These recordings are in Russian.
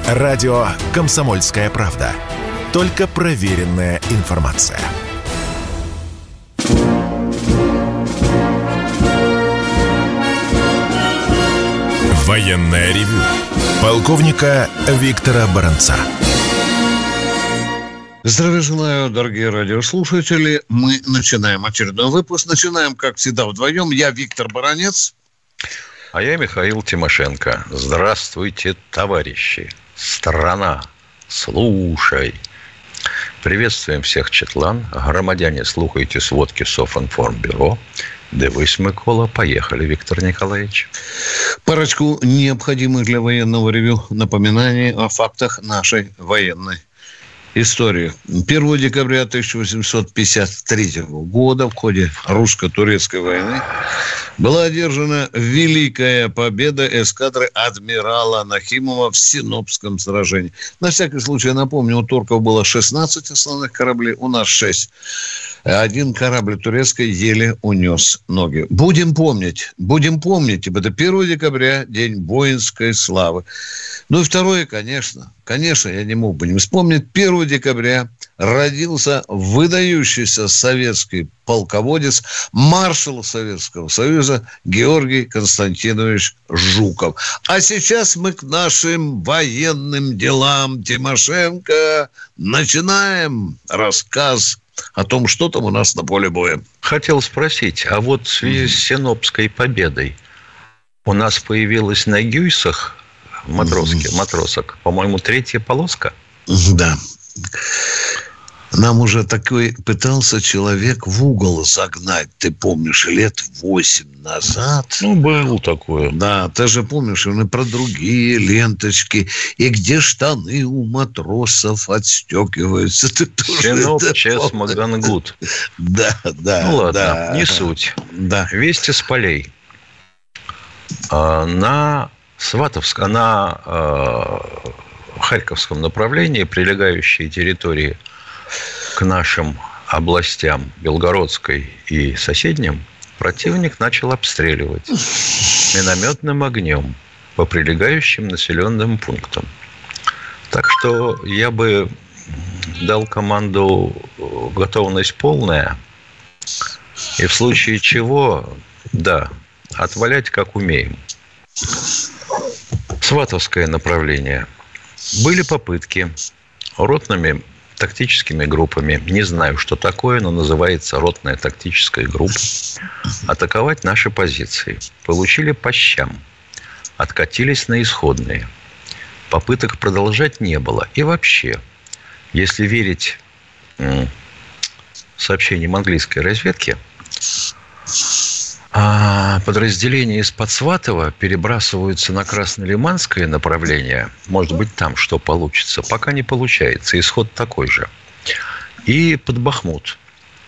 Радио «Комсомольская правда». Только проверенная информация. Военное ревю полковника Виктора Баранца. Здравия желаю, дорогие радиослушатели. Мы начинаем очередной выпуск. Начинаем, как всегда, вдвоем. Я Виктор Баранец. А я Михаил Тимошенко. Здравствуйте, товарищи. Страна, слушай. Приветствуем всех, Четлан. Громадяне, слухайте сводки Софинформбюро. Дивись, Микола. Поехали, Виктор Николаевич. Парочку необходимых для военного ревю напоминаний о фактах нашей военной истории. 1 декабря 1853 года в ходе русско-турецкой войны была одержана великая победа эскадры адмирала Нахимова в Синопском сражении. На всякий случай напомню, у турков было 16 основных кораблей, у нас 6. Один корабль турецкий еле унес ноги. Будем помнить, ибо это 1 декабря, день воинской славы. Ну и второе, конечно, я не мог бы не вспомнить, 1 декабря родился выдающийся советский полководец, маршал Советского Союза Георгий Константинович Жуков. А сейчас мы к нашим военным делам. Тимошенко, начинаем рассказ о том, что там у нас на поле боя. Хотел спросить, а вот в связи с Синопской победой у нас появилась на Гюйсах матросок, по-моему, 3-я полоска? Да. Нам уже такой пытался человек в угол загнать, ты помнишь, лет 8 назад. Ну, было такое. Да, ты же помнишь, и про другие ленточки, и где штаны у матросов отстегиваются. Синоп, Чес, Магангут. Да. Ну, ладно, не суть. Да. Вести с полей. На Харьковском направлении, прилегающие территории к нашим областям Белгородской и соседним, противник начал обстреливать минометным огнем по прилегающим населенным пунктам. Так что я бы дал команду готовность полная, и в случае чего, да, отвалять как умеем. Сватовское направление. Были попытки ротными тактическими группами, не знаю, что такое, но называется ротная тактическая группа, атаковать наши позиции. Получили по щам, откатились на исходные. Попыток продолжать не было. И вообще, если верить сообщениям английской разведки, подразделения из-под Сватова перебрасываются на Краснолиманское направление. Может быть, там что получится. Пока не получается. Исход такой же. И под Бахмут.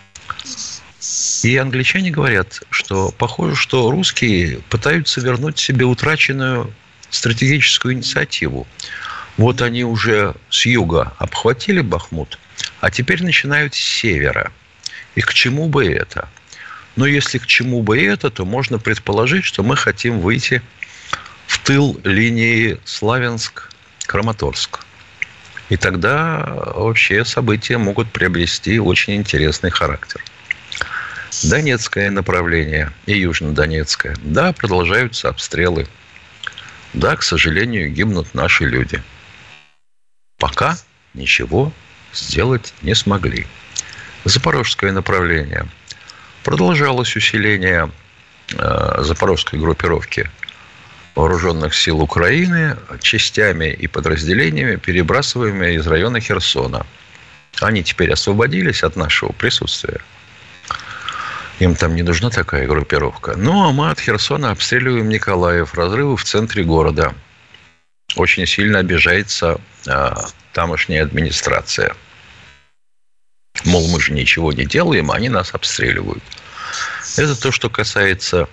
И англичане говорят, что похоже, что русские пытаются вернуть себе утраченную стратегическую инициативу. Вот они уже с юга обхватили Бахмут, а теперь начинают с севера. И к чему бы это? Но если к чему бы это, то можно предположить, что мы хотим выйти в тыл линии Славянск-Краматорск. И тогда вообще события могут приобрести очень интересный характер. Донецкое направление и Южнодонецкое. Да, продолжаются обстрелы. Да, к сожалению, гибнут наши люди. Пока ничего сделать не смогли. Запорожское направление. Продолжалось усиление запорожской группировки вооруженных сил Украины частями и подразделениями, перебрасываемыми из района Херсона. Они теперь освободились от нашего присутствия. Им там не нужна такая группировка. Ну, а мы от Херсона обстреливаем Николаев. Разрывы в центре города. Очень сильно обижается тамошняя администрация. Мол, мы же ничего не делаем, а они нас обстреливают. Это то, что касается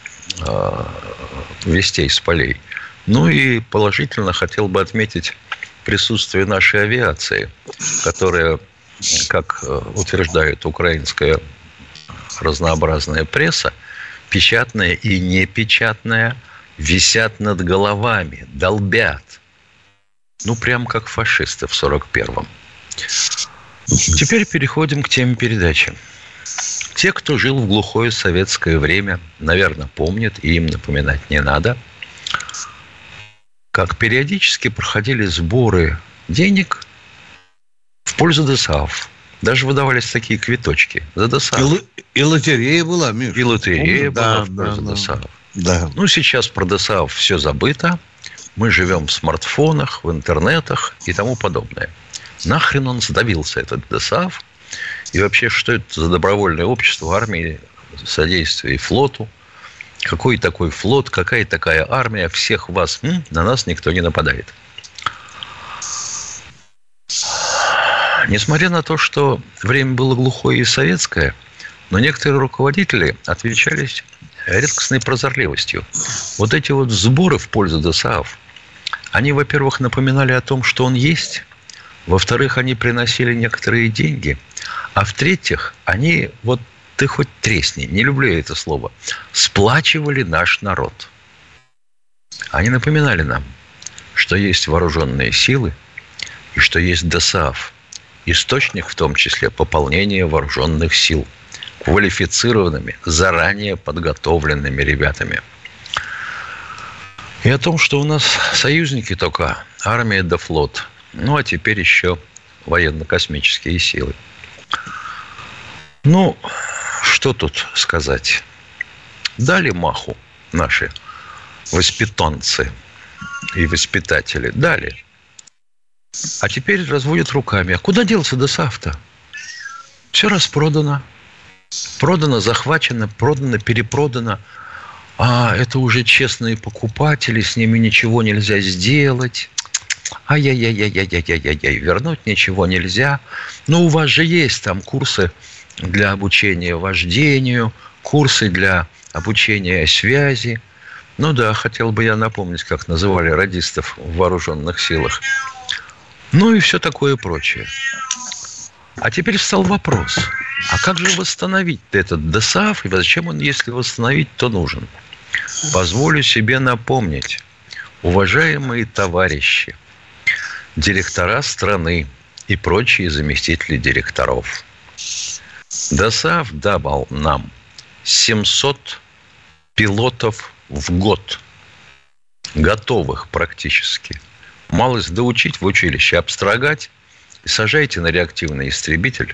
вестей с полей. Ну и положительно хотел бы отметить присутствие нашей авиации, которая, как утверждает украинская разнообразная пресса, печатная и непечатная, висят над головами, долбят. Ну, прям как фашисты в 41-м. Теперь переходим к теме передачи. Те, кто жил в глухое советское время, наверное, помнят, и им напоминать не надо, как периодически проходили сборы денег в пользу ДОСААФ. Даже выдавались такие квиточки за ДОСААФ. И лотерея была, Миша. И лотерея была в пользу ДОСААФ. Да. Ну, сейчас про ДОСААФ все забыто. Мы живем в смартфонах, в интернетах и тому подобное. Нахрен он сдавился, этот ДОСААФ? И вообще, что это за добровольное общество армии, содействия и флоту? Какой такой флот, какая такая армия? Всех вас, на нас никто не нападает. Несмотря на то, что время было глухое и советское, но некоторые руководители отличались редкостной прозорливостью. Вот эти вот сборы в пользу ДОСААФ, они, во-первых, напоминали о том, что он есть, во-вторых, они приносили некоторые деньги, а в-третьих, они, вот ты хоть тресни, не люблю я это слово, сплачивали наш народ. Они напоминали нам, что есть вооруженные силы и что есть ДОСААФ, источник в том числе пополнения вооруженных сил квалифицированными, заранее подготовленными ребятами. И о том, что у нас союзники только армия да флот. Ну, а теперь еще военно-космические силы. Ну, что тут сказать? Дали маху наши воспитанцы и воспитатели. Дали. А теперь разводят руками. А куда делся ДОСААФ-то? Все распродано. Продано, захвачено, продано, перепродано. А это уже честные покупатели, с ними ничего нельзя сделать. Ай-яй-яй-яй-яй-яй-яй-яй. Вернуть ничего нельзя. Но у вас же есть там курсы для обучения вождению, курсы для обучения связи. Ну да, хотел бы я напомнить, как называли радистов в вооруженных силах. Ну и все такое прочее. А теперь встал вопрос. А как же восстановить этот ДОСААФ? И зачем он, если восстановить, то нужен? Позволю себе напомнить. Уважаемые товарищи, директора страны и прочие заместители директоров. ДОСААФ дал нам 700 пилотов в год. Готовых практически. Малость доучить в училище, абстрагать и сажайте на реактивный истребитель.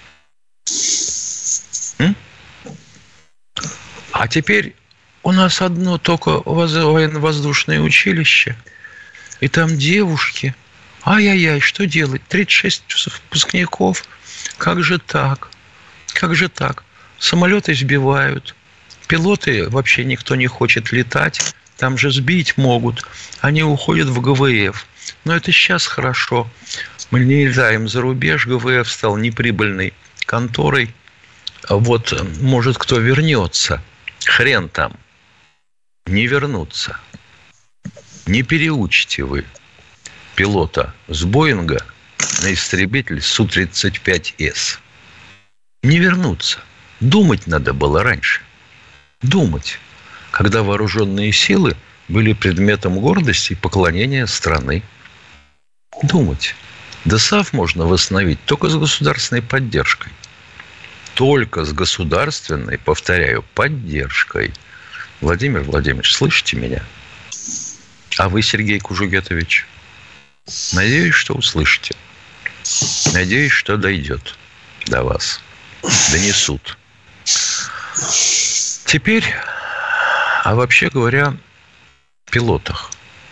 А теперь у нас одно только военно-воздушное училище. И там девушки. Ай-яй-яй, что делать? 36 выпускников. Как же так? Как же так? Самолеты сбивают. Пилоты вообще никто не хочет летать. Там же сбить могут. Они уходят в ГВФ. Но это сейчас хорошо. Мы не летаем за рубеж. ГВФ стал неприбыльной конторой. Вот, может, кто вернется. Хрен там. Не вернуться. Не переучите вы пилота с Боинга на истребитель Су-35С. Не вернуться. Думать надо было раньше. Думать. Когда вооруженные силы были предметом гордости и поклонения страны. Думать. ДОСААФ можно восстановить только с государственной поддержкой. Только с государственной, повторяю, поддержкой. Владимир Владимирович, слышите меня? А вы, Сергей Кужугетович? Надеюсь, что услышите. Надеюсь, что дойдет до вас. Донесут. Теперь, а вообще говоря, пилотах.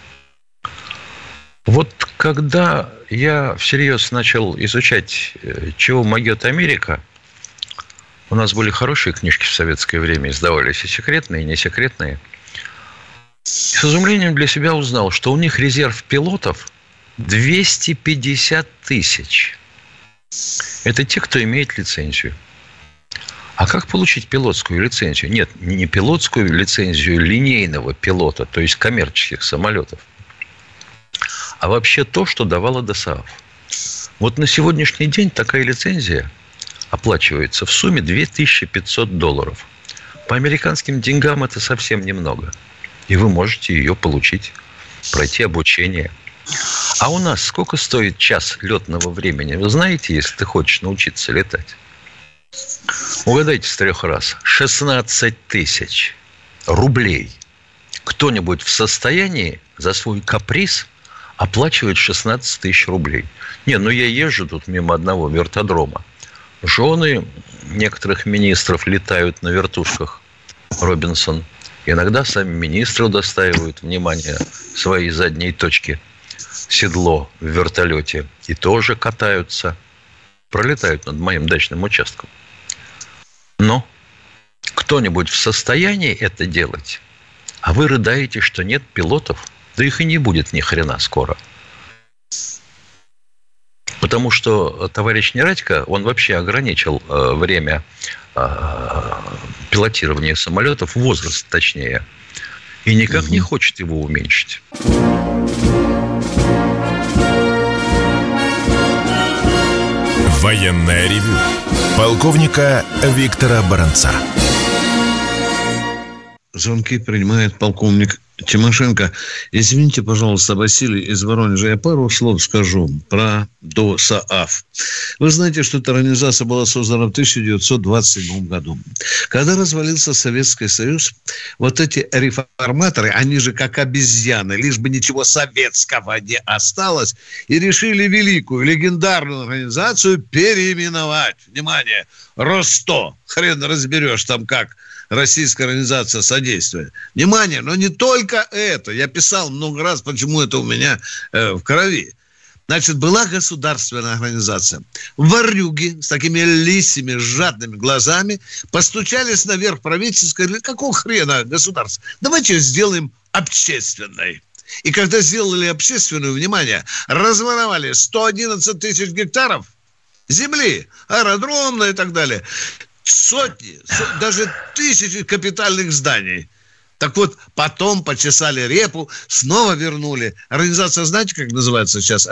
Вот когда я всерьез начал изучать, чего могет Америка, у нас были хорошие книжки в советское время, издавались и секретные, и не секретные. С изумлением для себя узнал, что у них резерв пилотов 250 тысяч. Это те, кто имеет лицензию. А как получить пилотскую лицензию? Нет, не пилотскую лицензию линейного пилота, то есть коммерческих самолетов, а вообще то, что давала ДОСААФ. Вот на сегодняшний день такая лицензия оплачивается в сумме $2500. По американским деньгам это совсем немного. И вы можете ее получить, пройти обучение. А у нас сколько стоит час летного времени? Вы знаете, если ты хочешь научиться летать? Угадайте с 3 раз. 16 тысяч рублей. Кто-нибудь в состоянии за свой каприз оплачивать 16 тысяч рублей? Не, ну я езжу тут мимо одного вертодрома. Жены некоторых министров летают на вертушках Робинсон. Иногда сами министры удостаивают внимания своей задней точки. Седло в вертолете. И тоже катаются. Пролетают над моим дачным участком. Но кто-нибудь в состоянии это делать? А вы рыдаете, что нет пилотов? Да их и не будет ни хрена скоро. Потому что товарищ Нерадько, он вообще ограничил время пилотирования самолетов, возраст точнее, и никак не хочет его уменьшить. Военное ревю полковника Виктора Баранца. Звонки принимает полковник Тимошенко. Извините, пожалуйста, Василий из Воронежа. Я пару слов скажу про ДОСААФ. Вы знаете, что эта организация была создана в 1927 году. Когда развалился Советский Союз, вот эти реформаторы, они же как обезьяны, лишь бы ничего советского не осталось, и решили великую, легендарную организацию переименовать. Внимание, РОСТО. Хрен разберешь там как. Российская организация содействия. Внимание, но не только это. Я писал много раз, почему это у меня в крови. Значит, была государственная организация. Ворюги с такими лисими, жадными глазами постучались наверх правительства и сказали, какого хрена государство? Давайте сделаем общественной. И когда сделали общественную, внимание, разворовали 111 тысяч гектаров земли, аэродромная и так далее. Сотни, даже тысячи капитальных зданий. Так вот, потом почесали репу, снова вернули. Организация, знаете, как называется сейчас?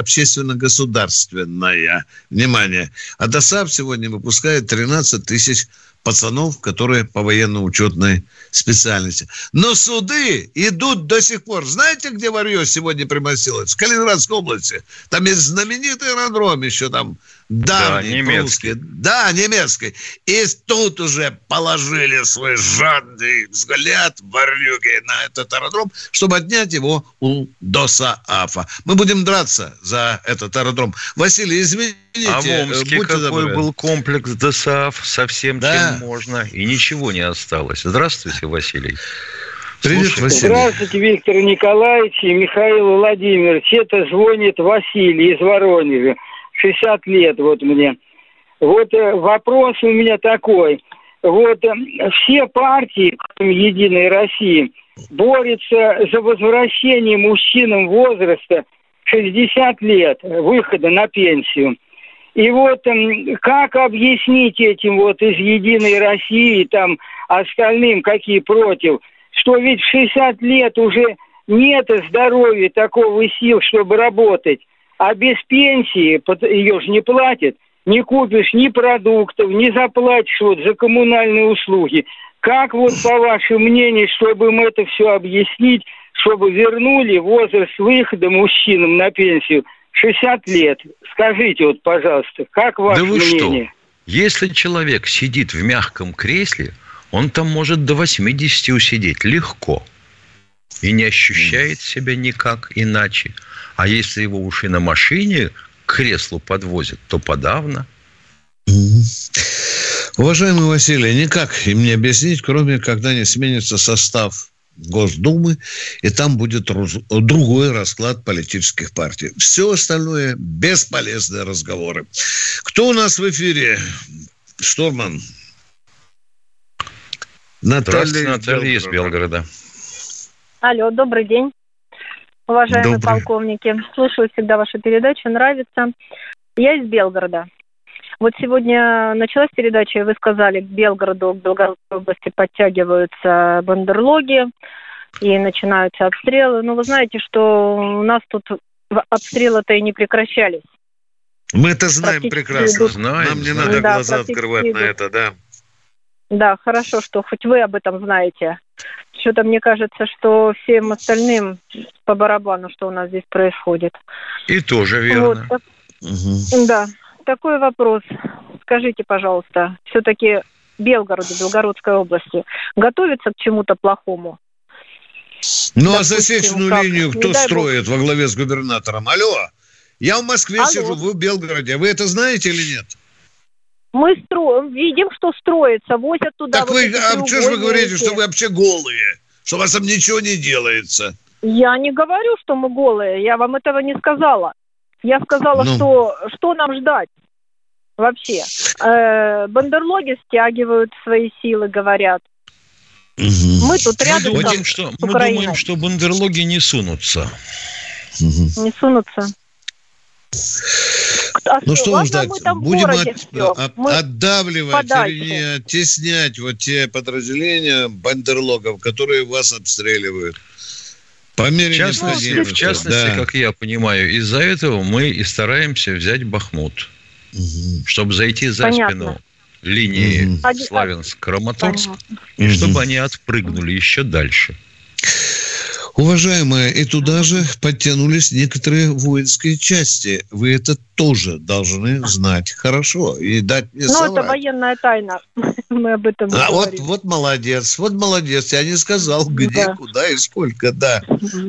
Общественно-государственная. Внимание. А ДОСААФ сегодня выпускает 13 тысяч пацанов, которые по военно-учетной специальности. Но суды идут до сих пор. Знаете, где варьё сегодня примостилось? В Калининградской области. Там есть знаменитый аэродром еще там. Давний, немецкий. Да, немецкий. И тут уже положили свой жадный взгляд варюги на этот аэродром, чтобы отнять его у ДОСААФа. Мы будем драться за этот аэродром. Василий, извините. А в Омске какой был комплекс ДОСААФ со всем, чем можно, и ничего не осталось. Здравствуйте, Василий. Привет, Василий. Здравствуйте, Виктор Николаевич и Михаил Владимирович. Это звонит Василий из Воронежа. 60 лет вот мне. Вот вопрос у меня такой. Вот все партии, кроме «Единой России», борются за возвращение мужчинам возраста 60 лет, выхода на пенсию. И вот как объяснить этим вот из «Единой России» там остальным, какие против, что ведь в 60 лет уже нет здоровья, такого и сил, чтобы работать. А без пенсии, ее же не платят, не купишь ни продуктов, не заплатишь вот за коммунальные услуги. Как вот по вашему мнению, чтобы им это все объяснить, чтобы вернули возраст выхода мужчинам на пенсию 60 лет? Скажите вот, пожалуйста, как ваше мнение? Что? Если человек сидит в мягком кресле, он там может до 80 усидеть легко и не ощущает себя никак иначе. А если его уж и на машине к креслу подвозят, то подавно. Уважаемый Василий, никак им не объяснить, кроме когда не сменится состав Госдумы, и там будет другой расклад политических партий. Все остальное бесполезные разговоры. Кто у нас в эфире? Штурман. Наталья из Белгорода. Алло, добрый день, уважаемые полковники. Слушаю всегда вашу передачу, нравится. Я из Белгорода. Вот сегодня началась передача, и вы сказали, к Белгороду, к Белгородской области подтягиваются бандерлоги, и начинаются обстрелы. Но вы знаете, что у нас тут обстрелы-то и не прекращались. Мы это знаем прекрасно. Нам не надо глаза открывать на это, да. Да, хорошо, что хоть вы об этом знаете. Что-то мне кажется, что всем остальным по барабану, что у нас здесь происходит. И тоже верно. Вот. Да, такой вопрос. Скажите, пожалуйста, все-таки Белгороду, Белгородской области, готовится к чему-то плохому? Ну, а засечную линию кто строит во главе с губернатором? Алло, я в Москве сижу, вы в Белгороде. Вы это знаете или нет? Мы видим, что строится, возят туда. Так вы, а что же вы говорите, что вы вообще голые? Что у вас там ничего не делается? Я не говорю, что мы голые, я вам этого не сказала. Я сказала, что нам ждать вообще. Бандерлоги стягивают свои силы, говорят. Мы тут рядом мы думаем, что бандерлоги не сунутся. Не сунутся. Ну что вам ждать? Будем отдавливать, вернее, оттеснять вот те подразделения бандерлогов, которые вас обстреливают. По мере необходимости. В частности, как я понимаю, из-за этого мы и стараемся взять Бахмут, чтобы зайти за спину линии Славянск-Краматорск, и чтобы они отпрыгнули еще дальше. Уважаемые, и туда же подтянулись некоторые воинские части. Вы это тоже должны знать хорошо и дать мне соврать. Это военная тайна. Мы об этом говорим. Вот молодец. Я не сказал, где, куда и сколько. Да.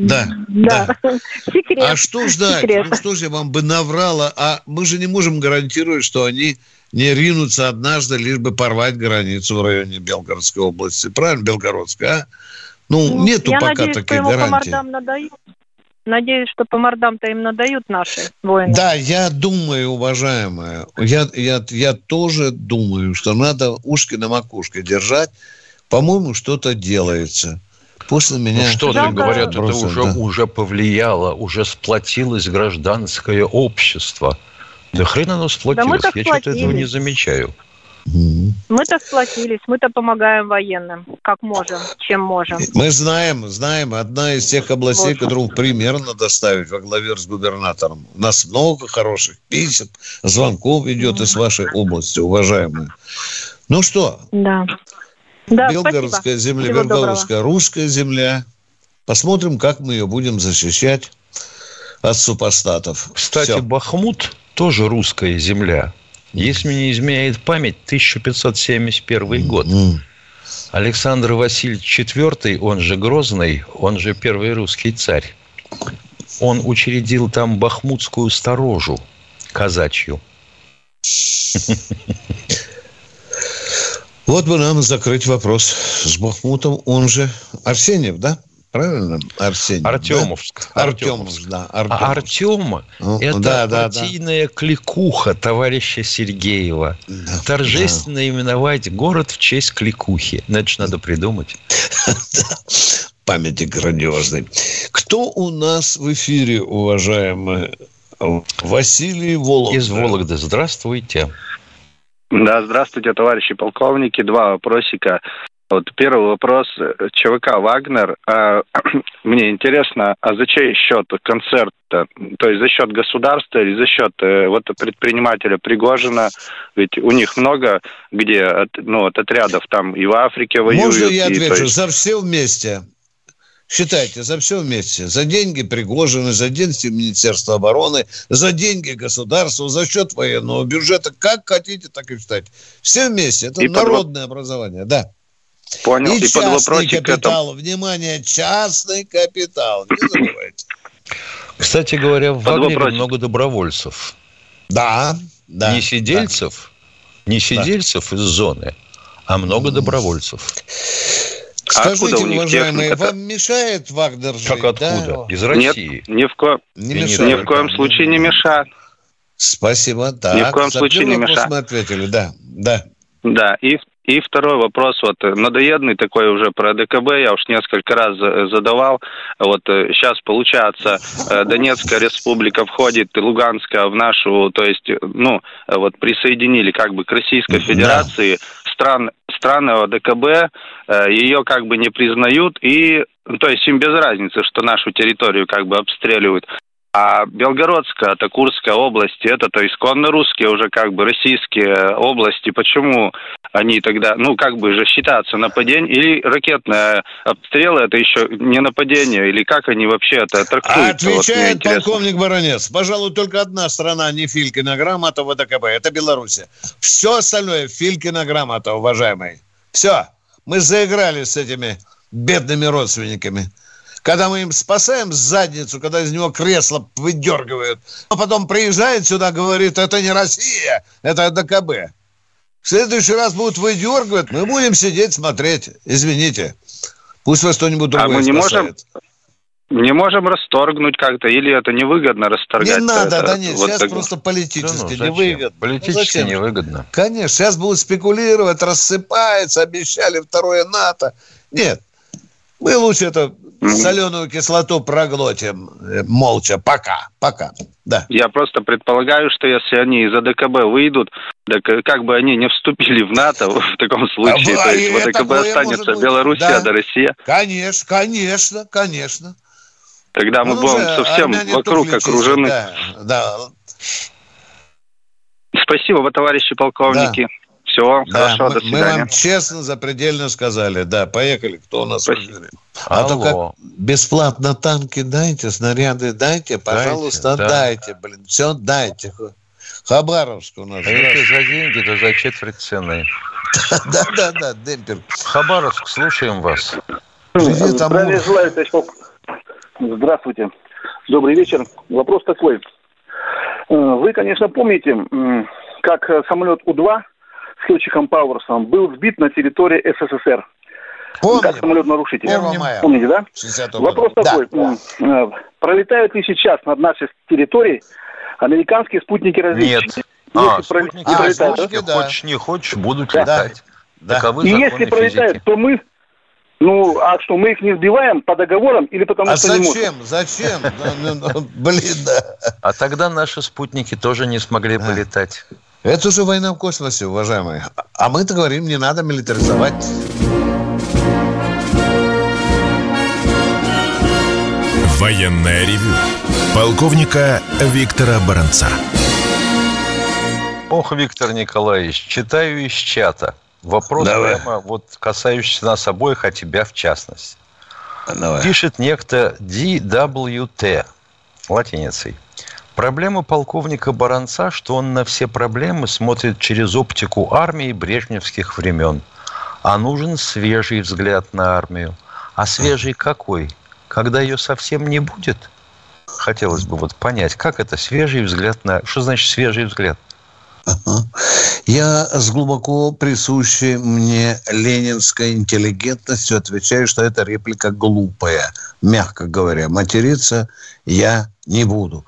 Секрет. А что ждать? Ну что же я вам бы наврала? А мы же не можем гарантировать, что они не ринутся однажды, лишь бы порвать границу в районе Белгородской области. Правильно, Белгородской, а? Нету пока таких гарантий. Надеюсь, что по мордам-то им надают наши воины. Да, я думаю, уважаемая, я тоже думаю, что надо ушки на макушке держать. По-моему, что-то делается. После меня... Что-то, говорят, это уже повлияло, уже сплотилось гражданское общество. Да хрен оно сплотилось, я что-то этого не замечаю. Мы-то сплотились, мы-то помогаем военным, как можем, чем можем. Мы знаем, одна из тех областей, которую примерно доставить во главе с губернатором. У нас много хороших писем, звонков идет из вашей области, уважаемые. Ну что? Да, Белгородская земля, Белгородская русская земля. Посмотрим, как мы ее будем защищать от супостатов. Кстати, Бахмут тоже русская земля. Если мне не изменяет память, 1571 год. Александр Васильевич IV, он же Грозный, он же первый русский царь. Он учредил там бахмутскую сторожу казачью. Вот бы нам закрыть вопрос с Бахмутом, он же Арсеньев, да? Правильно? Арсений. Артемовск. Да? Артемовск, да. А Артема – это партийная кликуха товарища Сергеева. Торжественно именовать город в честь кликухи. Это же надо придумать. Памятник грандиозный. Кто у нас в эфире, уважаемый? Василий Вологда. Из Вологды. Здравствуйте. Да, здравствуйте, товарищи полковники. Два вопросика. Вот первый вопрос. ЧВК «Вагнер». Мне интересно, а за чей счет концерт-то? То есть за счет государства или за счет предпринимателя Пригожина? Ведь у них много где отрядов там и в Африке воюют. Можно я отвечу? За все вместе. Считайте, за все вместе. За деньги Пригожина, за деньги Министерства обороны, за деньги государства, за счет военного бюджета. Как хотите, так и считайте. Все вместе. Это народное образование, да. Понял. И частный капитал. Внимание, частный капитал. Не забывайте. Кстати говоря, в Вагнере много добровольцев. Да. Не сидельцев из зоны, а много добровольцев. Скажите, уважаемые, вам мешает Вагнер жить? Как откуда? Да? Из России? Нет, ни в коем случае не мешает. Спасибо. Так, ни в коем случае не мешает. Мы ответили, да. Да, и второй вопрос, надоедный такой уже про ДКБ, я уж несколько раз задавал. Сейчас, получается, Донецкая республика входит, Луганская в нашу, то есть, присоединили как бы к Российской Федерации. Страны ОДКБ ее как бы не признают, и, то есть, им без разницы, что нашу территорию как бы обстреливают. А Белгородская, это Курская область, это-то исконно русские, уже как бы российские области. Почему они тогда, как бы же считаются нападением? Или ракетные обстрелы, это еще не нападение? Или как они вообще это трактуются? Отвечает полковник Баранец. Пожалуй, только одна страна не Филькина грамота в ВДКБ. Это Белоруссия. Все остальное Филькина грамота, уважаемые. Все. Мы заиграли с этими бедными родственниками. Когда мы им спасаем задницу, когда из него кресло выдергивают, а потом приезжает сюда, говорит, это не Россия, это ДКБ. В следующий раз будут выдергивать, мы будем сидеть, смотреть. Извините. Пусть вас кто-нибудь другой спасает. Не можем расторгнуть как-то, или это невыгодно расторгать? Не надо, да нет, сейчас просто политически невыгодно. Политически невыгодно. Конечно, сейчас будут спекулировать, рассыпается, обещали второе НАТО. Нет, мы лучше это соленую кислоту проглотим молча, пока, да. Я просто предполагаю, что если они из АДКБ выйдут, так как бы они не вступили в НАТО в таком случае, то есть в АДКБ останется Белоруссия, да, Россия? Конечно. Тогда мы будем совсем вокруг окружены. Да. Спасибо, товарищи полковники. Да. Всего хорошо, до свидания. Мы вам честно, запредельно сказали. Да, поехали. Кто у нас в эфире? А то как бесплатно танки дайте, снаряды дайте, пожалуйста, дайте. Все дайте. Хабаровск у нас. А если за деньги, то за четверть цены. Да, демпер. Хабаровск, слушаем вас. Здравия желаю, товарищ полковник. Здравствуйте. Добрый вечер. Вопрос такой. Вы, конечно, помните, как самолет У-2 с летчиком Пауэрсом был сбит на территории СССР. Помним. Как самолет-нарушитель. 1 мая. Помните, да? 60-го Вопрос года. такой. Да. Пролетают ли сейчас над нашей территорией американские спутники-разведчики? Нет. Спутники пролетают, да. Хочешь, не хочешь, будут летать. Да. И если пролетают, физики. То мы... а что, мы их не сбиваем по договорам или потому что не можем? Зачем? Блин, да. А тогда наши спутники тоже не смогли полетать. Это уже война в космосе, уважаемые. А мы-то говорим, не надо милитаризовать. Военное ревю полковника Виктора Баранца. Ох, Виктор Николаевич, читаю из чата. Вопрос прямо касающийся нас обоих, а тебя в частности. Давай. Пишет некто DWT латиницей. Проблема полковника Баранца, что он на все проблемы смотрит через оптику армии брежневских времен. А нужен свежий взгляд на армию. А свежий какой? Когда ее совсем не будет? Хотелось бы понять, как это свежий взгляд на... Что значит свежий взгляд? Я с глубоко присущей мне ленинской интеллигентностью отвечаю, что эта реплика глупая. Мягко говоря, материться я не буду.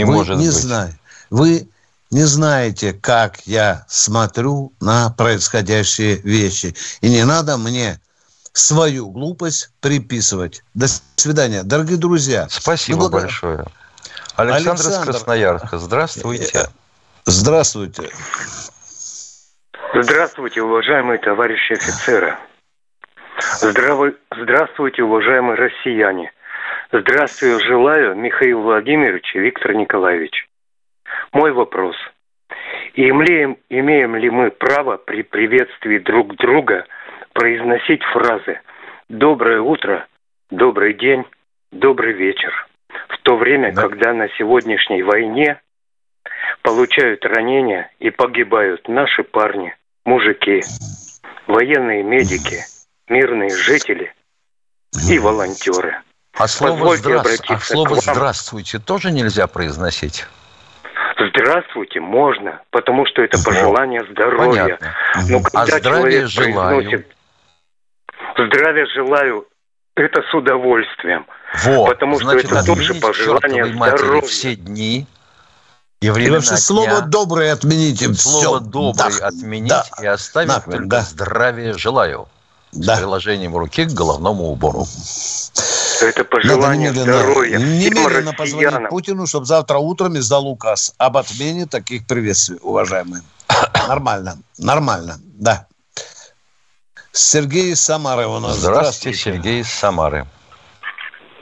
Вы не знаете, как я смотрю на происходящие вещи. И не надо мне свою глупость приписывать. До свидания, дорогие друзья. Спасибо большое. Александр из Красноярска. Здравствуйте. Здравствуйте. Здравствуйте, уважаемые товарищи офицеры. Здравствуйте, уважаемые россияне. Здравствуйте, желаю, Михаил Владимирович и Виктор Николаевич. Мой вопрос. Имеем ли мы право при приветствии друг друга произносить фразы «доброе утро», «добрый день», «добрый вечер», в то время, когда на сегодняшней войне получают ранения и погибают наши парни, мужики, военные медики, мирные жители и волонтеры. А слово «здравствуйте» тоже нельзя произносить? Здравствуйте можно, потому что это пожелание здоровья. Но когда здравия желаю. Здравия желаю, это с удовольствием. Потому значит, что это тоже пожелание здоровья. Все дни и времена дня. Слово «доброе» отмените. Слово «добрый» отменить и оставить только «здравия желаю». С приложением руки к головному убору. Это пожелание здоровья. Немедленно позвонить Путину, чтобы завтра утром издал указ об отмене таких приветствий, уважаемые. Нормально, да. Сергей из Самары у нас. Здравствуйте, Сергей из Самары.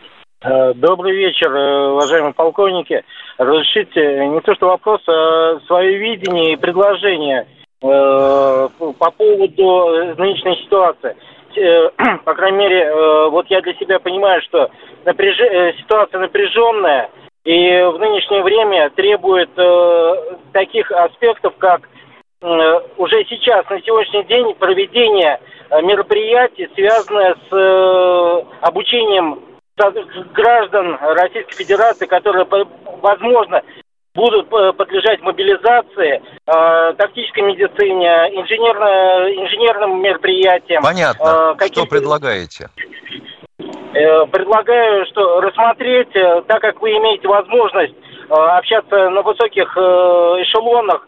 Добрый вечер, уважаемые полковники. Разрешите не то что вопрос, а свое видение и предложение по поводу нынешней ситуации. По крайней мере, вот я для себя понимаю, что ситуация напряженная и в нынешнее время требует таких аспектов, как уже сейчас, на сегодняшний день, проведение мероприятий, связанное с обучением граждан Российской Федерации, которые, возможно, будут подлежать мобилизации, тактической медицине, инженерным мероприятиям. Понятно. Что предлагаете? Предлагаю, что рассмотреть, так как вы имеете возможность общаться на высоких эшелонах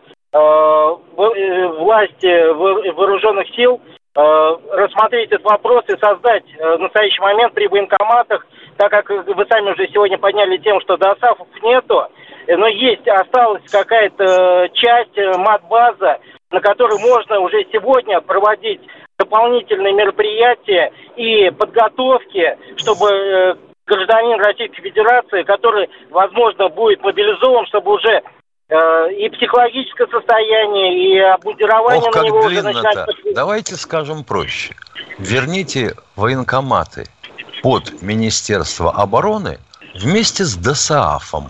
власти вооруженных сил, рассмотреть этот вопрос и создать в настоящий момент при военкоматах, так как вы сами уже сегодня подняли тему, что ДОСАФов нету, но осталась какая-то часть, матбаза, на которой можно уже сегодня проводить дополнительные мероприятия и подготовки, чтобы гражданин Российской Федерации, который, возможно, будет мобилизован, чтобы уже и психологическое состояние, и обмундирование на него уже начинает... Давайте скажем проще. Верните военкоматы под Министерство обороны вместе с ДОСААФом.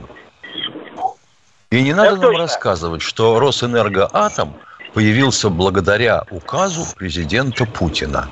И не надо нам рассказывать, что Росэнергоатом появился благодаря указу президента Путина.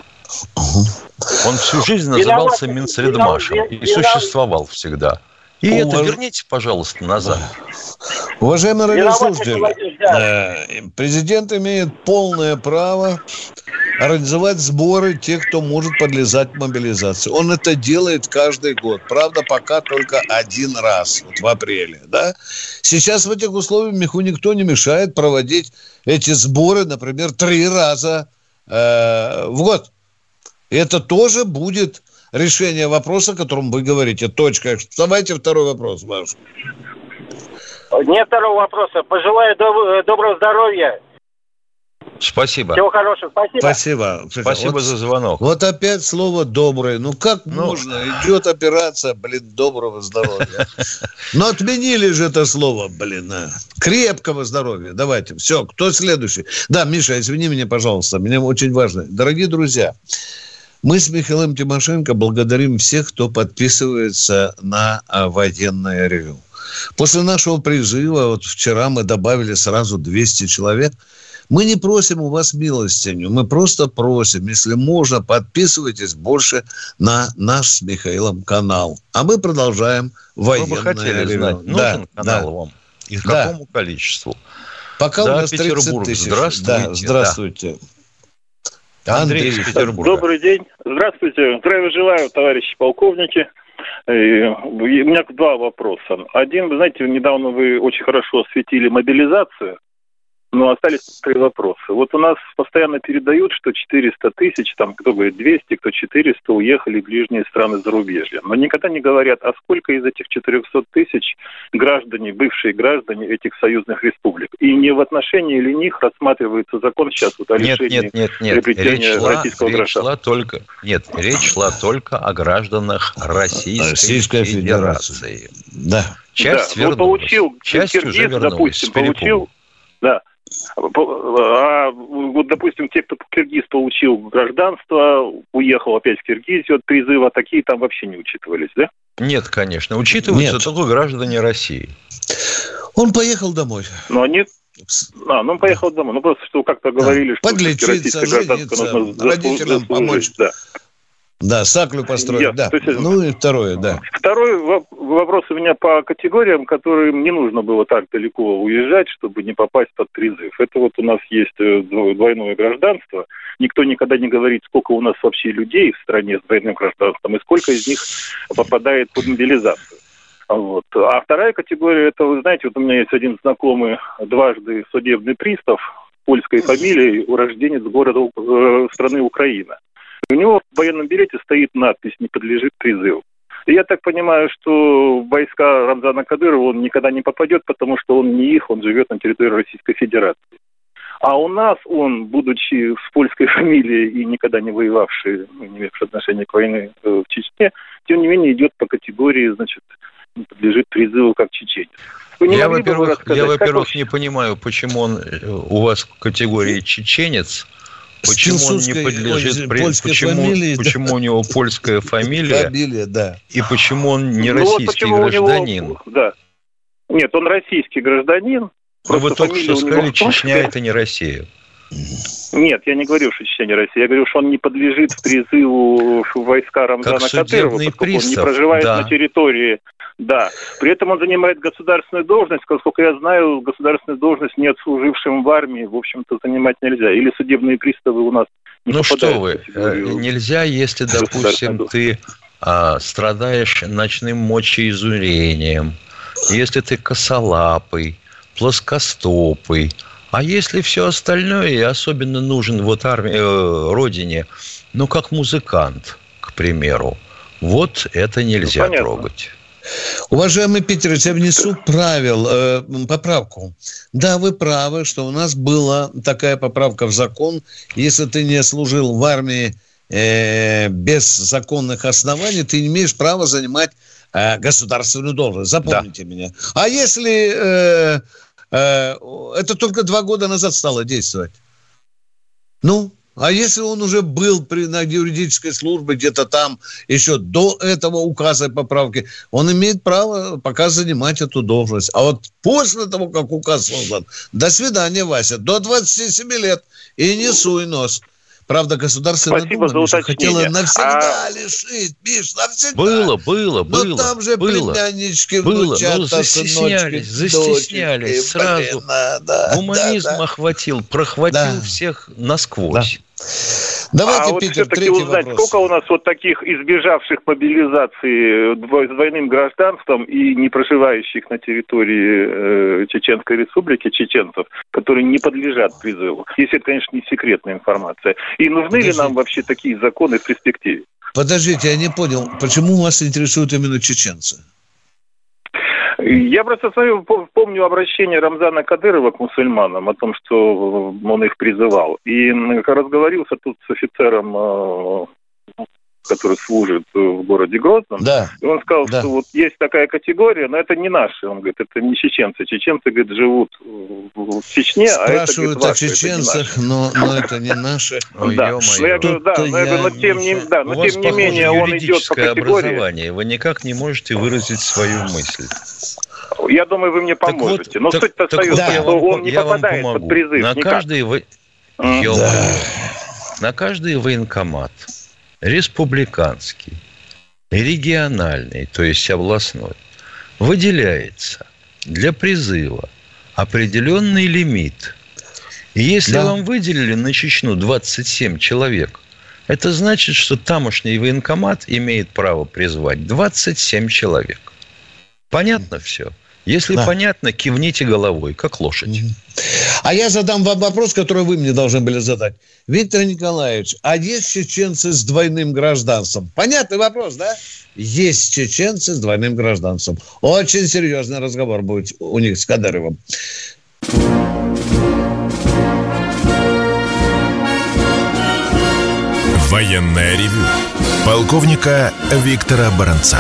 Он всю жизнь назывался Минсредмашем и существовал всегда. И это верните, пожалуйста, назад. Уважаемые радиослушатели, президент имеет полное право организовать сборы тех, кто может подлежать мобилизации. Он это делает каждый год. Правда, пока только один раз, вот в апреле. Да? Сейчас в этих условиях ему никто не мешает проводить эти сборы, например, 3 раза в год. И это тоже будет решение вопроса, о котором вы говорите. Точка. Давайте второй вопрос ваш. Нет второго вопроса. Пожелаю доброго здоровья. Спасибо. Всего хорошего. Спасибо. Спасибо за звонок. Вот опять слово «доброе». Ну, как можно? Идет операция, доброго здоровья. Но отменили же это слово, Крепкого здоровья. Давайте. Все, кто следующий? Да, Миша, извини меня, пожалуйста. Мне очень важно. Дорогие друзья, мы с Михаилом Тимошенко благодарим всех, кто подписывается на военное ревю. После нашего призыва, вот вчера мы добавили сразу 200 человек. Мы не просим у вас милостыню, мы просто просим, если можно, подписывайтесь больше на наш с Михаилом канал. А мы продолжаем военное ревю. Вы бы хотели знать, нужен канал вам и к какому количеству? Пока у нас 30 тысяч. Здравствуйте. Андрей из Петербурга. Добрый день. Здравствуйте. Здравия желаю, товарищи полковники. У меня 2 вопроса. Один, вы знаете, недавно вы очень хорошо осветили мобилизацию, но остались 3 вопроса. Вот у нас постоянно передают, что 400 тысяч, там кто говорит 200, кто 400, уехали в ближние страны зарубежья. Но никогда не говорят, а сколько из этих 400 тысяч бывшие граждане этих союзных республик. И не в отношении ли них рассматривается закон сейчас вот о лишении приобретения российского гражданства. Речь шла только о гражданах Российской Федерации. Да. Часть вернулась. Часть уже вернулась. Получил. Да. А вот, допустим, те, кто киргиз получил гражданство, уехал опять в Киргизию от призыва, такие там вообще не учитывались, да? Нет, конечно. Учитываются только граждане России. Он поехал домой. Он поехал домой. Просто что как-то говорили, что подлечиться, жениться, родителям помочь. Да, саклю построить, да. И второе, да. Второй вопрос у меня по категориям, которым не нужно было так далеко уезжать, чтобы не попасть под призыв. Это вот у нас есть двойное гражданство. Никто никогда не говорит, сколько у нас вообще людей в стране с двойным гражданством и сколько из них попадает под мобилизацию. Вот. А вторая категория, это, вы знаете, вот у меня есть один знакомый, дважды судебный пристав, польской фамилией, урожденец города страны Украина. У него в военном билете стоит надпись «Не подлежит призыву». И я так понимаю, что в войска Рамзана Кадырова он никогда не попадет, потому что он не их, он живет на территории Российской Федерации. А у нас он, будучи с польской фамилией и никогда не воевавший, не имевший отношения к войне в Чечне, тем не менее идет по категории, значит, подлежит призыву как чеченец. Я, во-первых, не понимаю, почему он у вас в категории чеченец, почему он не подлежит почему у него польская фамилия, да. И почему он не российский гражданин. Нет, он российский гражданин. Но вы только что сказали, Чечня – это не Россия. Нет, я не говорю, что Чечня не Россия. Я говорю, что он не подлежит призыву в войска Рамзана Кадырова, поскольку он не проживает на территории. Да. При этом он занимает государственную должность. Насколько я знаю, государственную должность не отслужившим в армии, в общем-то, занимать нельзя. Или судебные приставы у нас не попадают. Ну что вы, нельзя, если, допустим, ты страдаешь ночным мочеизумлением, если ты косолапый, плоскостопый, а если все остальное, и особенно нужен вот родине, ну, как музыкант, к примеру, вот это нельзя трогать. Уважаемый Питерович, я внесу поправку. Да, вы правы, что у нас была такая поправка в закон. Если ты не служил в армии без законных оснований, ты не имеешь права занимать государственную должность. Запомните меня. А если это только 2 года назад стало действовать? Ну, а если он уже был на юридической службе где-то там, еще до этого указа и поправки, он имеет право пока занимать эту должность. А вот после того, как указ создан, до свидания, Вася, до 27 лет и не суй нос. Правда, Государственная Дума хотела навсегда лишить, Миш, навсегда. Было. Но там же племяннички, внучата, сыночки, застеснялись сразу. Гуманизм охватил, прохватил всех насквозь. Давайте, Питер, все-таки узнать, вопрос. Сколько у нас вот таких избежавших мобилизации с двойным гражданством и не проживающих на территории Чеченской Республики чеченцев, которые не подлежат призыву. Если это, конечно, не секретная информация. И нужны ли нам вообще такие законы в перспективе? Подождите, я не понял, почему вас интересуют именно чеченцы? Я просто помню обращение Рамзана Кадырова к мусульманам о том, что он их призывал. И разговорился тут с офицером, который служит в городе Грозном. Да. И он сказал, что вот есть такая категория, но это не наши. Он говорит, это не чеченцы. Чеченцы, говорит, живут в Чечне, спрашивают а это, говорит, о чеченцах, но это не наши. Но тем не менее он идет по категории. Образование. Вы никак не можете выразить свою мысль. Я думаю, вы мне поможете. Но суть-то остается, что он не попадает под призыв. На каждый военкомат, республиканский, региональный, то есть областной, выделяется для призыва определенный лимит. И если вам выделили на Чечню 27 человек, это значит, что тамошний военкомат имеет право призвать 27 человек. Понятно все? Если понятно, кивните головой, как лошадь. А я задам вам вопрос, который вы мне должны были задать. Виктор Николаевич, а есть чеченцы с двойным гражданством? Понятный вопрос, да? Есть чеченцы с двойным гражданством. Очень серьезный разговор будет у них с Кадыровым. Военное ревю полковника Виктора Баранца.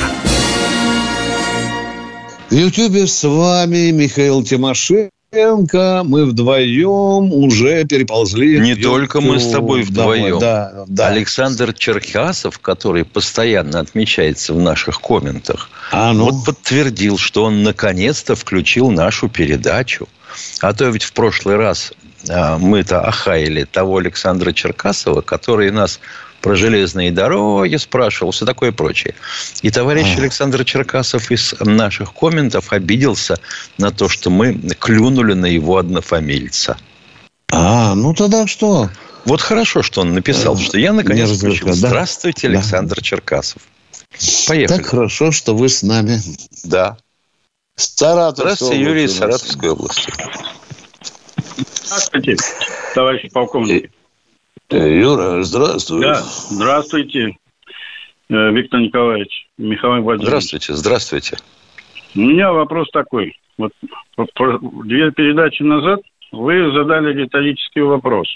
В Ютьюбе с вами Михаил Тимошенко. Мы вдвоем уже переползли. Не только мы с тобой вдвоем. Да. Александр Черкасов, который постоянно отмечается в наших комментах, вот подтвердил, что он наконец-то включил нашу передачу. А то ведь в прошлый раз мы-то охаяли того Александра Черкасова, который нас про железные дороги спрашивал, все такое прочее. И товарищ Александр Черкасов из наших комментов обиделся на то, что мы клюнули на его однофамильца. Тогда что? Вот хорошо, что он написал, что я наконец включил. Здравствуйте, Александр Черкасов. Поехали. Так хорошо, что вы с нами. Да. Здравствуйте, Юрий из Саратовской области. Здравствуйте, товарищи полковники. Юра, здравствуй. Да, здравствуйте, Виктор Николаевич, Михаил Владимирович. Здравствуйте. У меня вопрос такой. Вот 2 передачи назад вы задали риторический вопрос.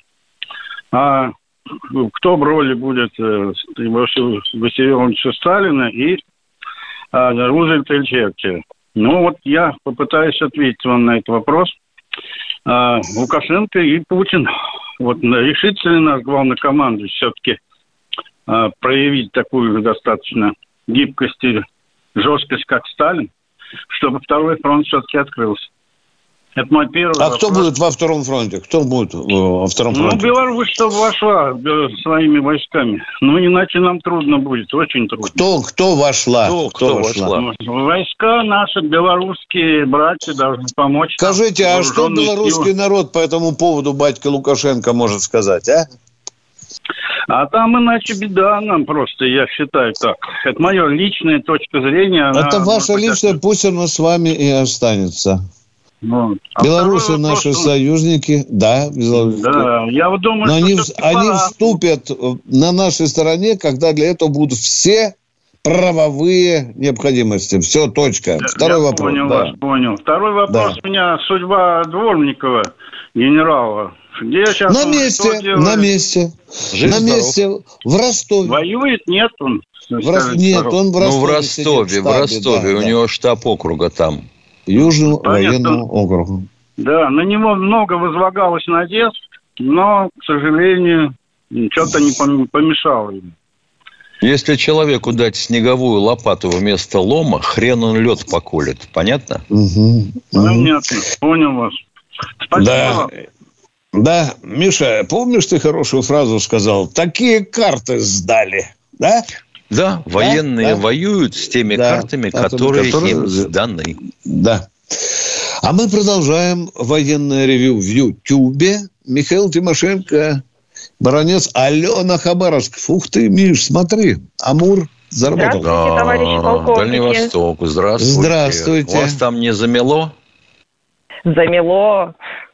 А кто в роли будет Василия Виссарионовича Сталина и Рузвельта или Черчилля? Ну, вот я попытаюсь ответить вам на этот вопрос. Лукашенко и Путин. Вот решится ли наш главнокомандующий все-таки проявить такую достаточно гибкость и жесткость, как Сталин, чтобы второй фронт все-таки открылся? Это мой первый вопрос. Кто будет во втором фронте? Кто будет во втором фронте? Ну, Беларусь, чтобы вошла своими войсками. Ну, иначе нам трудно будет, очень трудно. Кто вошла? Кто вошла? Войска наши, белорусские братья должны помочь. Скажите, а что белорусский народ по этому поводу батька Лукашенко может сказать, а? А там иначе беда нам просто, я считаю так. Это моя личная точка зрения. Это ваша личная, пусть она с вами и останется. Вот. Белорусы наши союзники, да, да, я вот думаю, но они вступят на нашей стороне, когда для этого будут все правовые необходимости. Все, точка. Второй вопрос. Понял. Второй вопрос у меня судьба Дворникова, генерала. Где сейчас на месте, в Ростове. Воюет? Нет, он? Нет, он в Ростове. В Ростове, у него штаб округа там. Южного военного округа. Да, на него много возлагалось надежд, но, к сожалению, что-то не помешало ему. Если человеку дать снеговую лопату вместо лома, хрен он лед поколет. Понятно? Понятно. Понял вас. Спасибо. Да, Миша, помнишь, ты хорошую фразу сказал? Такие карты сдали, да? Да, военные воюют с теми картами, которые им сданы. Да. А мы продолжаем военное ревью в Ютьюбе. Михаил Тимошенко, Баранец, Алена Хабаровск. Фух ты, Миш, смотри, Амур заработал. Здравствуйте, товарищи полковники. Дальний Восток, здравствуйте. У вас там не замело? Замело.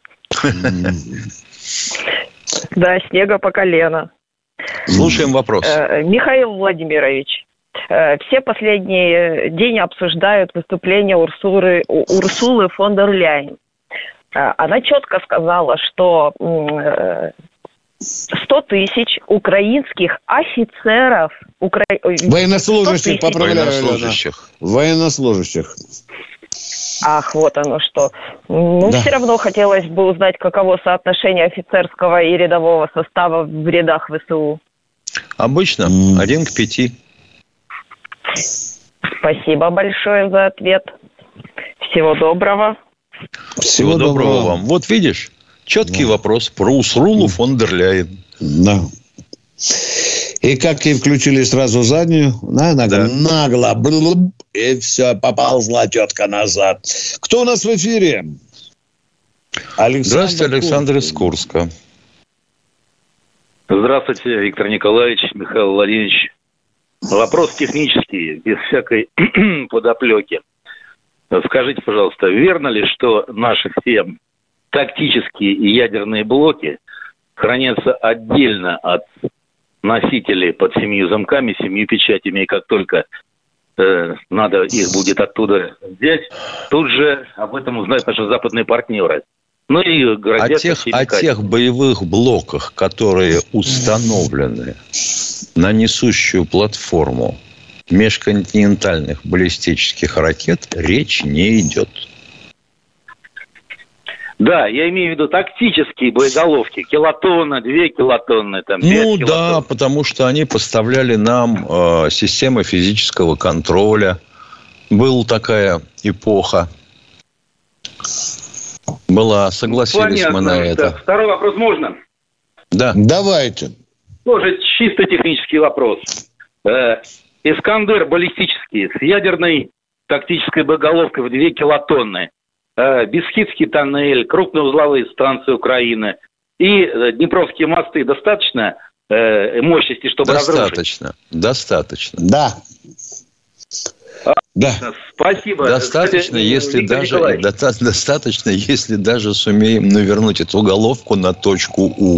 Да, снега по колено. Слушаем вопрос. Михаил Владимирович, все последний день обсуждают выступление Урсулы фон дер Ляйен. Она четко сказала, что 100 тысяч украинских офицеров... Военнослужащих, поправляю. Военнослужащих. Ах, вот оно что. Ну, все равно хотелось бы узнать, каково соотношение офицерского и рядового состава в рядах ВСУ. Обычно 1 к 5. Спасибо большое за ответ. Всего доброго. Всего доброго вам. Вот видишь, четкий вопрос про Урсулу фон дер Ляйен. Да. И как ей включили сразу заднюю, нагло, и все, поползла тетка назад. Кто у нас в эфире? Здравствуйте, Александр из Курска. Здравствуйте, Виктор Николаевич, Михаил Владимирович. Вопрос технический, без всякой подоплеки. Скажите, пожалуйста, верно ли, что наши все тактические и ядерные блоки хранятся отдельно от носителей под 7 замками, 7 печатями, и как только надо их будет оттуда взять, тут же об этом узнают наши западные партнеры. Ну и о тех боевых блоках, которые установлены на несущую платформу межконтинентальных баллистических ракет, речь не идет. Да, я имею в виду тактические боеголовки. Килотонна, 2 килотонны, там 5 килотонн. Да, потому что они поставляли нам системы физического контроля. Была такая эпоха. Согласились мы на это. Да. Второй вопрос можно? Да. Давайте. Тоже чисто технический вопрос. Искандер баллистический с ядерной тактической боеголовкой в 2 килотонны. Бесхитский тоннель, крупноузловые станции Украины и Днепровские мосты достаточно мощности, чтобы разрушить? Достаточно. Да. Спасибо. Достаточно, если даже сумеем навернуть эту головку на точку У.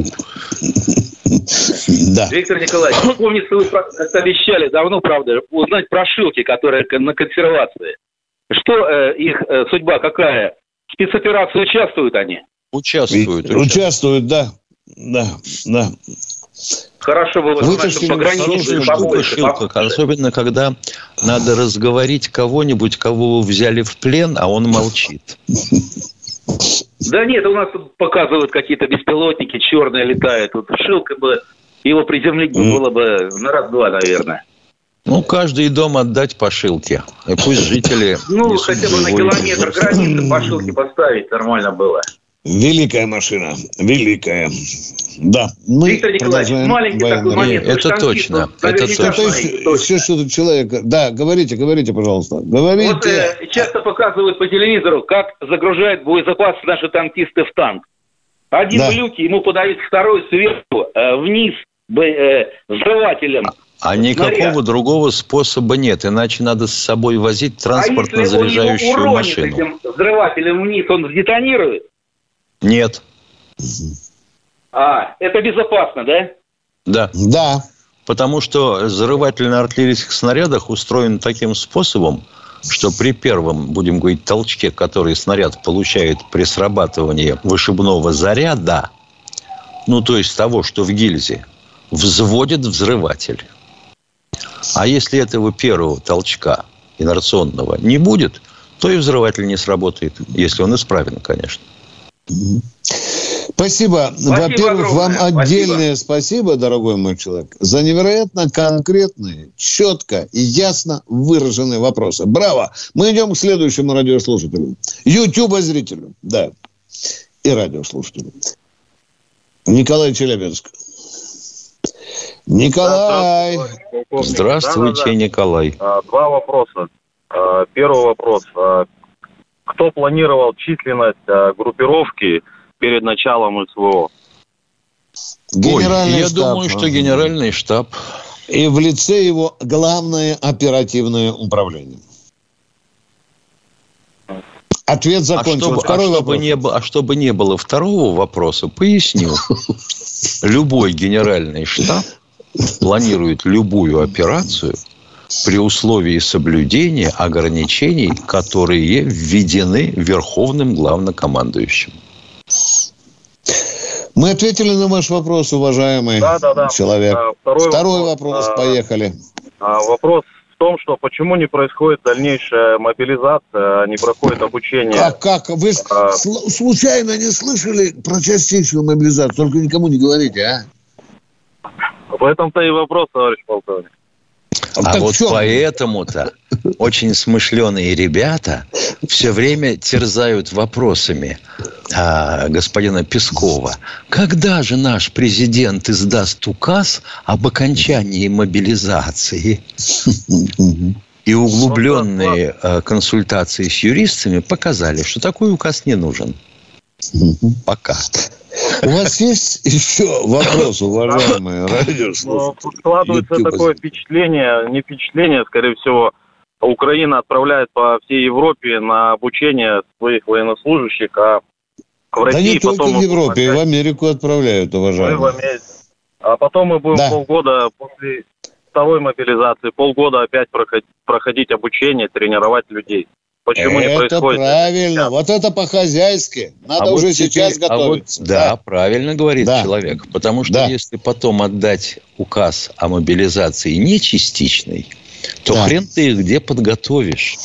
Да. Виктор Николаевич, помнится, вы обещали давно, правда, узнать про шилки, которые на консервации. Что их судьба какая? В спецоперации участвуют они? Участвуют, да. Хорошо было бы знать, что пограничные побольше. Особенно, когда надо разговорить кого-нибудь, кого вы взяли в плен, а он молчит. Да нет, у нас тут показывают какие-то беспилотники, черные летают. Вот Шилка бы, его приземлить было бы на раз-два, наверное. Каждый дом отдать по Шилке. И пусть жители... хотя бы на километр границы по Шилке поставить нормально было. Великая машина. Великая. Да. Виктор Николаевич, маленький такой момент. Это точно. Еще что-то человек... Да, говорите, пожалуйста. Говорите. Вот часто показывают по телевизору, как загружают боезапас наши танкисты в танк. Один в люке, ему подают второй сверху, вниз взрывателем. А никакого другого способа нет. Иначе надо с собой возить транспортно-заряжающую машину. Если его этим взрывателем вниз, он сдетонирует? Нет. Это безопасно, да? Да. Потому что взрыватель на артиллерийских снарядах устроен таким способом, что при первом, будем говорить, толчке, который снаряд получает при срабатывании вышибного заряда, то есть того, что в гильзе, взводит взрыватель. А если этого первого толчка инерционного не будет, то и взрыватель не сработает, если он исправен, конечно. Спасибо. Во-первых, вам отдельное спасибо, дорогой мой человек, за невероятно конкретные, четко и ясно выраженные вопросы. Браво! Мы идем к следующему радиослушателю. Ютуба-зрителю. Да. И радиослушателю. Николай, Челябинск. Николай. Здравствуйте, Николай. Два вопроса. Первый вопрос. Кто планировал численность группировки перед началом СВО? Я думаю, что Генеральный штаб. И в лице его Главное оперативное управление. Ответ закончил. Второй вопрос. Чтобы не было второго вопроса, поясню. Любой Генеральный штаб планирует любую операцию при условии соблюдения ограничений, которые введены Верховным Главнокомандующим. Мы ответили на ваш вопрос, уважаемый человек. Второй вопрос. Поехали. Вопрос в том, что почему не происходит дальнейшая мобилизация, не проходит обучение. Как? Вы случайно не слышали про частичную мобилизацию? Только никому не говорите, а? В этом-то и вопрос, товарищ полковник. А вот поэтому-то очень смышленые ребята все время терзают вопросами господина Пескова. Когда же наш президент издаст указ об окончании мобилизации? И углубленные консультации с юристами показали, что такой указ не нужен. Пока. У вас есть еще вопрос, уважаемые радиослушатели? Складывается такое впечатление, скорее всего, Украина отправляет по всей Европе на обучение своих военнослужащих, а в России... Да не только в Европе, и в Америку отправляют, уважаемые. А потом мы будем полгода после второй мобилизации, полгода опять проходить обучение, тренировать людей. Почему не происходит? Это правильно. Вот это по-хозяйски. Надо уже сейчас готовиться. Правильно говорит человек. Потому что если потом отдать указ о мобилизации не частичной, то хрен ты их где подготовишь.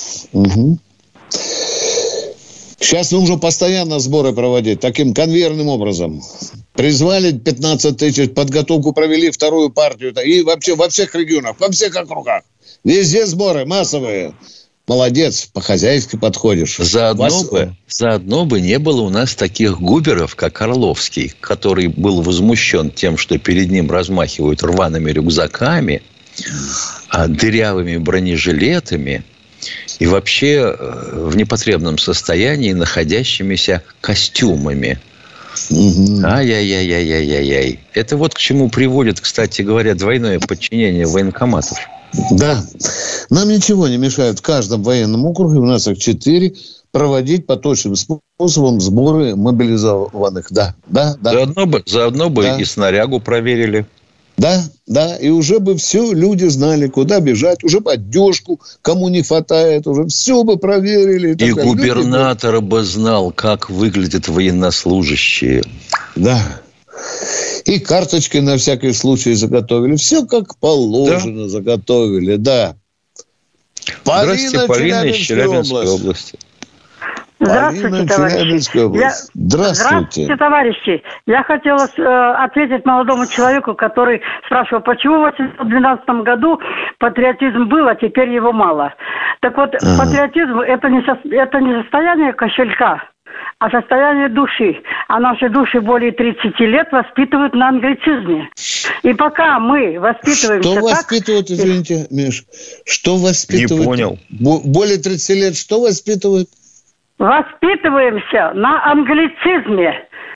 Сейчас нужно постоянно сборы проводить таким конвейерным образом. Призвали 15 тысяч, подготовку провели, вторую партию. И вообще во всех регионах, во всех округах. Везде сборы массовые. Молодец, по-хозяйски подходишь. Заодно бы не было у нас таких губеров, как Орловский, который был возмущен тем, что перед ним размахивают рваными рюкзаками, дырявыми бронежилетами и вообще в непотребном состоянии находящимися костюмами. Ай-яй-яй-яй-яй-яй. Это вот к чему приводит, кстати говоря, двойное подчинение военкоматов. Да. Нам ничего не мешает в каждом военном округе, у нас их 4, проводить по точным способам сборы мобилизованных. Да. Заодно бы и снарягу проверили. Да. Да, и уже бы все люди знали, куда бежать, уже бы одежку, кому не хватает, уже все бы проверили. И губернатор бы знал, как выглядят военнослужащие. Да. И карточки на всякий случай заготовили. Все как положено, да? Заготовили, да. Здравствуйте, Полина из Челябинской области. Здравствуйте, товарищи. Здравствуйте, товарищи. Я хотела ответить молодому человеку, который спрашивал, почему в 1912 году патриотизм был, а теперь его мало. Так вот, патриотизм это не состояние кошелька, а состояние души. А наши души более 30 лет воспитывают на англицизме. И пока мы воспитываемся... Что воспитывают, извините, Миш? Что воспитывают? Не понял. Более 30 лет что воспитывают? Воспитываемся на англицизме.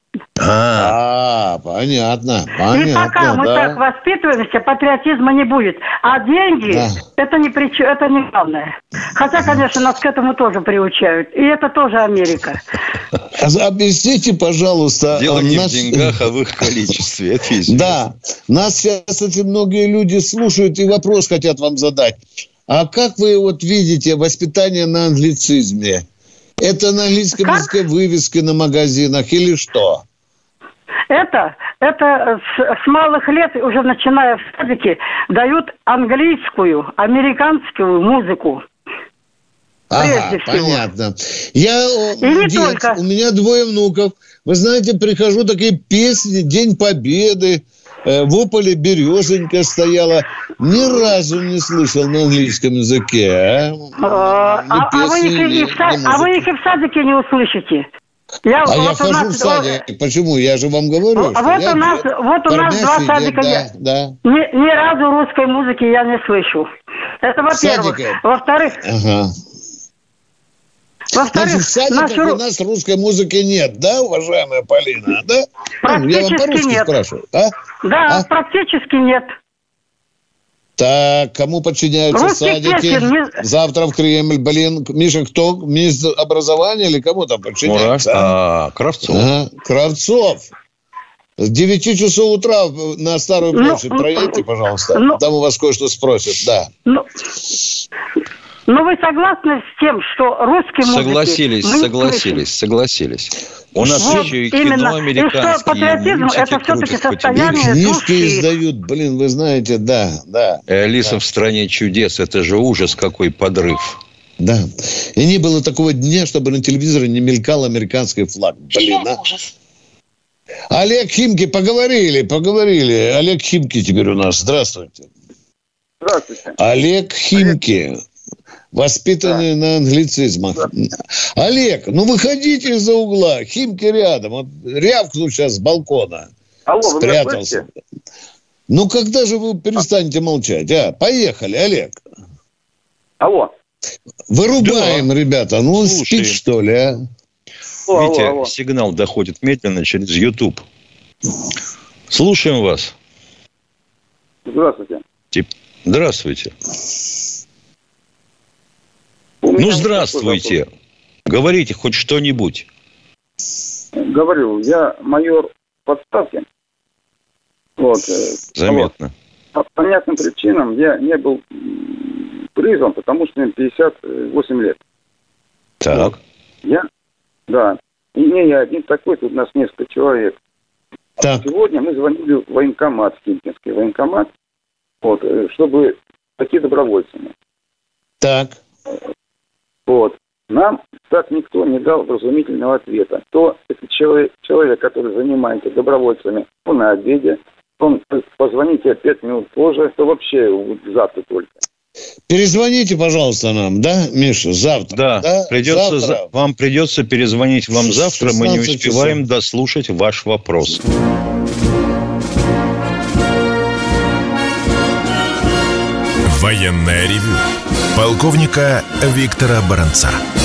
Понятно. И пока мы так воспитываемся, патриотизма не будет. А деньги, это не главное. Хотя, конечно, нас к этому тоже приучают. И это тоже Америка. Объясните, пожалуйста... Дело не в деньгах, а в их количестве. Да. Нас сейчас очень многие люди слушают и вопрос хотят вам задать. А как вы видите воспитание на англицизме? Это на английском языке вывески на магазинах или что? Это с малых лет, уже начиная в садике, дают английскую, американскую музыку. Ага, понятно. У меня 2 внуков. Вы знаете, прихожу, такие песни, День Победы, в Ополе березонька стояла. Ни разу не слышал на английском языке. Вы их и в садике не услышите. Я хожу в садик. Почему? Я же вам говорю. Вот у нас 2 садика. Да. Ни разу русской музыки я не слышу. Это во-первых. Во-вторых... Значит, в садиках у нас русской музыки нет, да, уважаемая Полина? Да? Практически я вам по-русски нет. Спрашиваю. Да, практически нет. Так, кому подчиняются садики? Завтра в Кремль, Миша, кто? Министр образования или кому там подчиняется? Кравцов. Кравцов. С 9 часов утра на Старую площадь проедьте, пожалуйста. Там у вас кое-что спросят, да. Но вы согласны с тем, что русские музыки... Согласились. У нас еще и кино американское. И что патриотизм – это все-таки состояние книжки издают, вы знаете, да. «Алиса в стране чудес» – это же ужас, какой подрыв. Да. И не было такого дня, чтобы на телевизоре не мелькал американский флаг. Олег Химки, поговорили. Олег Химки теперь у нас. Здравствуйте. Здравствуйте. Олег Химки. Воспитанные на англицизмах. Да. Олег, выходите из-за угла. Химки рядом. Рявкну сейчас с балкона. Алло, спрятался. Когда же вы перестанете молчать? Поехали, Олег. Алло. Вырубаем, ребята. Спит, что ли, Витя, сигнал доходит медленно через YouTube. Слушаем вас. Здравствуйте. Здравствуйте. Здравствуйте. Говорите хоть что-нибудь. Говорю, я майор в отставке. Заметно. По понятным причинам я не был призван, потому что мне 58 лет. Так. Да. И не я один такой, тут у нас несколько человек. Так. Сегодня мы звонили в военкомат, в Химкинский военкомат, чтобы пойти добровольцами. Так. Нам так никто не дал вразумительного ответа. То это человек, который занимается добровольцами, он на обеде, он позвоните 5 минут позже, то вообще завтра только. Перезвоните, пожалуйста, нам, да, Миша, завтра? Да? Вам придется перезвонить вам завтра, мы не успеваем дослушать ваш вопрос. Военное ревю полковника Виктора Баранца.